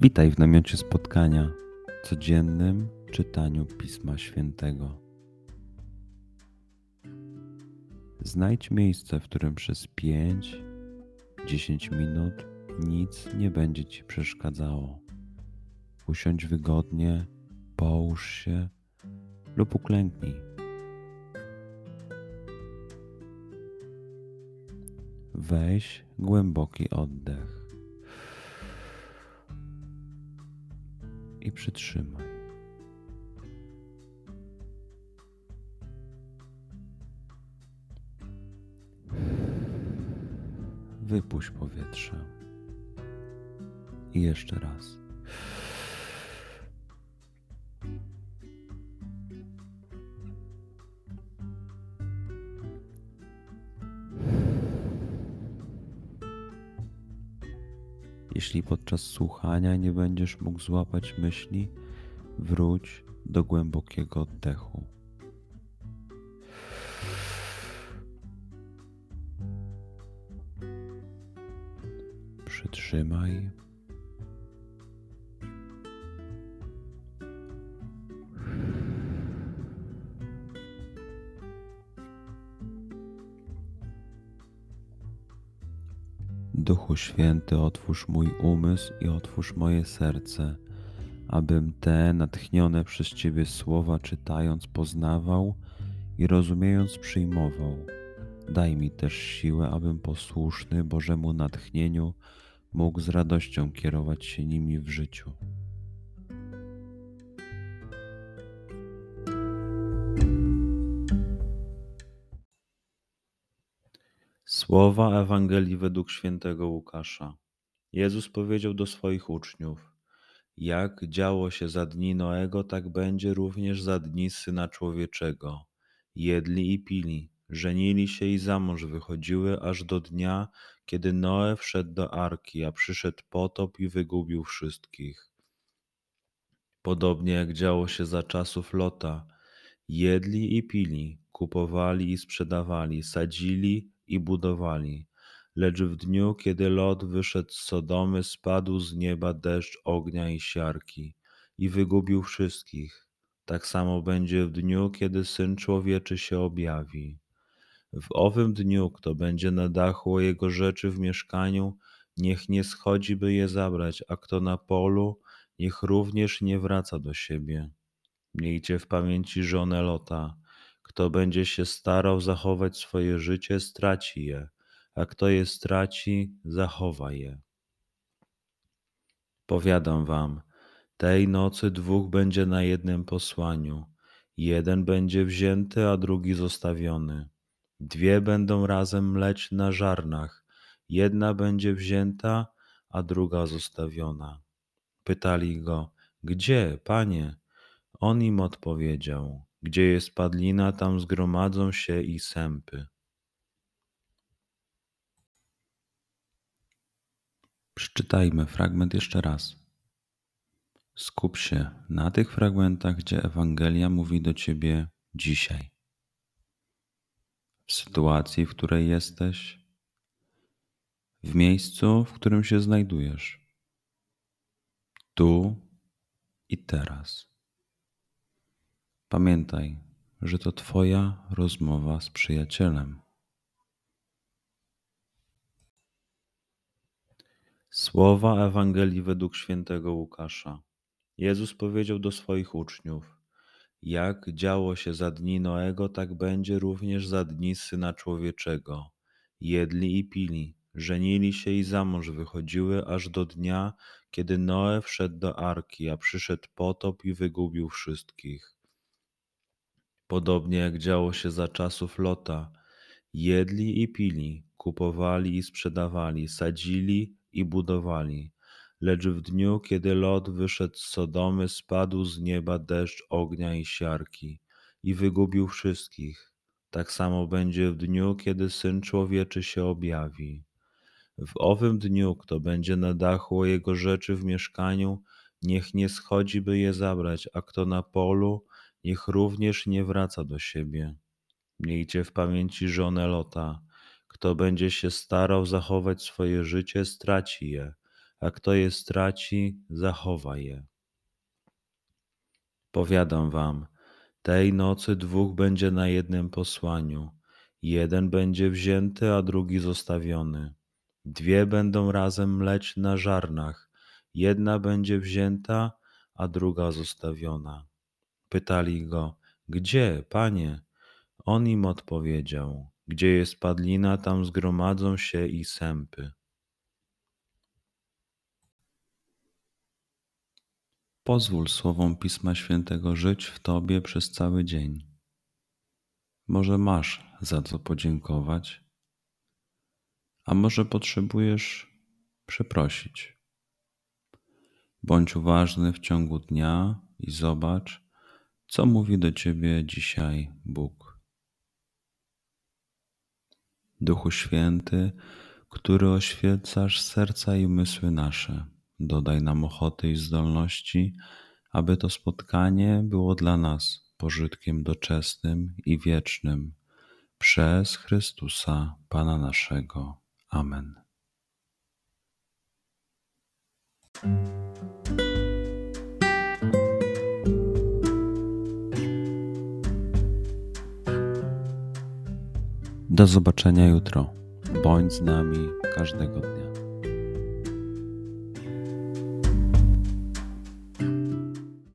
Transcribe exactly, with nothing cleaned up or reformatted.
Witaj w namiocie spotkania, codziennym czytaniu Pisma Świętego. Znajdź miejsce, w którym przez pięć do dziesięciu minut nic nie będzie Ci przeszkadzało. Usiądź wygodnie, połóż się lub uklęknij. Weź głęboki oddech i przytrzymaj. Wypuść powietrze. I jeszcze raz. Jeśli podczas słuchania nie będziesz mógł złapać myśli, wróć do głębokiego oddechu. Przytrzymaj. Duchu Święty, otwórz mój umysł i otwórz moje serce, abym te natchnione przez Ciebie słowa czytając poznawał i rozumiejąc przyjmował. Daj mi też siłę, abym posłuszny Bożemu natchnieniu mógł z radością kierować się nimi w życiu. Słowa Ewangelii według świętego Łukasza. Jezus powiedział do swoich uczniów: jak działo się za dni Noego, tak będzie również za dni Syna Człowieczego. Jedli i pili, żenili się i za mąż wychodziły, aż do dnia, kiedy Noe wszedł do arki, a przyszedł potop i wygubił wszystkich. Podobnie jak działo się za czasów Lota. Jedli i pili, kupowali i sprzedawali, sadzili i budowali. Lecz w dniu, kiedy Lot wyszedł z Sodomy, spadł z nieba deszcz ognia i siarki i wygubił wszystkich. Tak samo będzie w dniu, kiedy Syn Człowieczy się objawi. W owym dniu, kto będzie na dachu o jego rzeczy w mieszkaniu, niech nie schodzi, by je zabrać, a kto na polu, niech również nie wraca do siebie. Miejcie w pamięci żonę Lota. Kto będzie się starał zachować swoje życie, straci je, a kto je straci, zachowa je. Powiadam wam, tej nocy dwóch będzie na jednym posłaniu. Jeden będzie wzięty, a drugi zostawiony. Dwie będą razem mleć na żarnach. Jedna będzie wzięta, a druga zostawiona. Pytali go: gdzie, Panie? On im odpowiedział: gdzie jest padlina, tam zgromadzą się i sępy. Przeczytajmy fragment jeszcze raz. Skup się na tych fragmentach, gdzie Ewangelia mówi do Ciebie dzisiaj. W sytuacji, w której jesteś, w miejscu, w którym się znajdujesz. Tu i teraz. Pamiętaj, że to Twoja rozmowa z przyjacielem. Słowa Ewangelii według świętego Łukasza. Jezus powiedział do swoich uczniów: jak działo się za dni Noego, tak będzie również za dni Syna Człowieczego. Jedli i pili, żenili się i za mąż wychodziły, aż do dnia, kiedy Noe wszedł do arki, a przyszedł potop i wygubił wszystkich. Podobnie jak działo się za czasów Lota. Jedli i pili, kupowali i sprzedawali, sadzili i budowali. Lecz w dniu, kiedy Lot wyszedł z Sodomy, spadł z nieba deszcz ognia i siarki i wygubił wszystkich. Tak samo będzie w dniu, kiedy Syn Człowieczy się objawi. W owym dniu, kto będzie na dachu o jego rzeczy w mieszkaniu, niech nie schodzi, by je zabrać, a kto na polu, niech również nie wraca do siebie. Miejcie w pamięci żonę Lota. Kto będzie się starał zachować swoje życie, straci je, a kto je straci, zachowa je. Powiadam wam, tej nocy dwóch będzie na jednym posłaniu. Jeden będzie wzięty, a drugi zostawiony. Dwie będą razem mleć na żarnach. Jedna będzie wzięta, a druga zostawiona. Pytali go, gdzie, Panie? On im odpowiedział, gdzie jest padlina, tam zgromadzą się i sępy. Pozwól słowom Pisma Świętego żyć w Tobie przez cały dzień. Może masz za co podziękować, a może potrzebujesz przeprosić. Bądź uważny w ciągu dnia i zobacz, co mówi do Ciebie dzisiaj Bóg. Duchu Święty, który oświecasz serca i umysły nasze, dodaj nam ochoty i zdolności, aby to spotkanie było dla nas pożytkiem doczesnym i wiecznym. Przez Chrystusa, Pana naszego. Amen. Do zobaczenia jutro. Bądź z nami każdego dnia.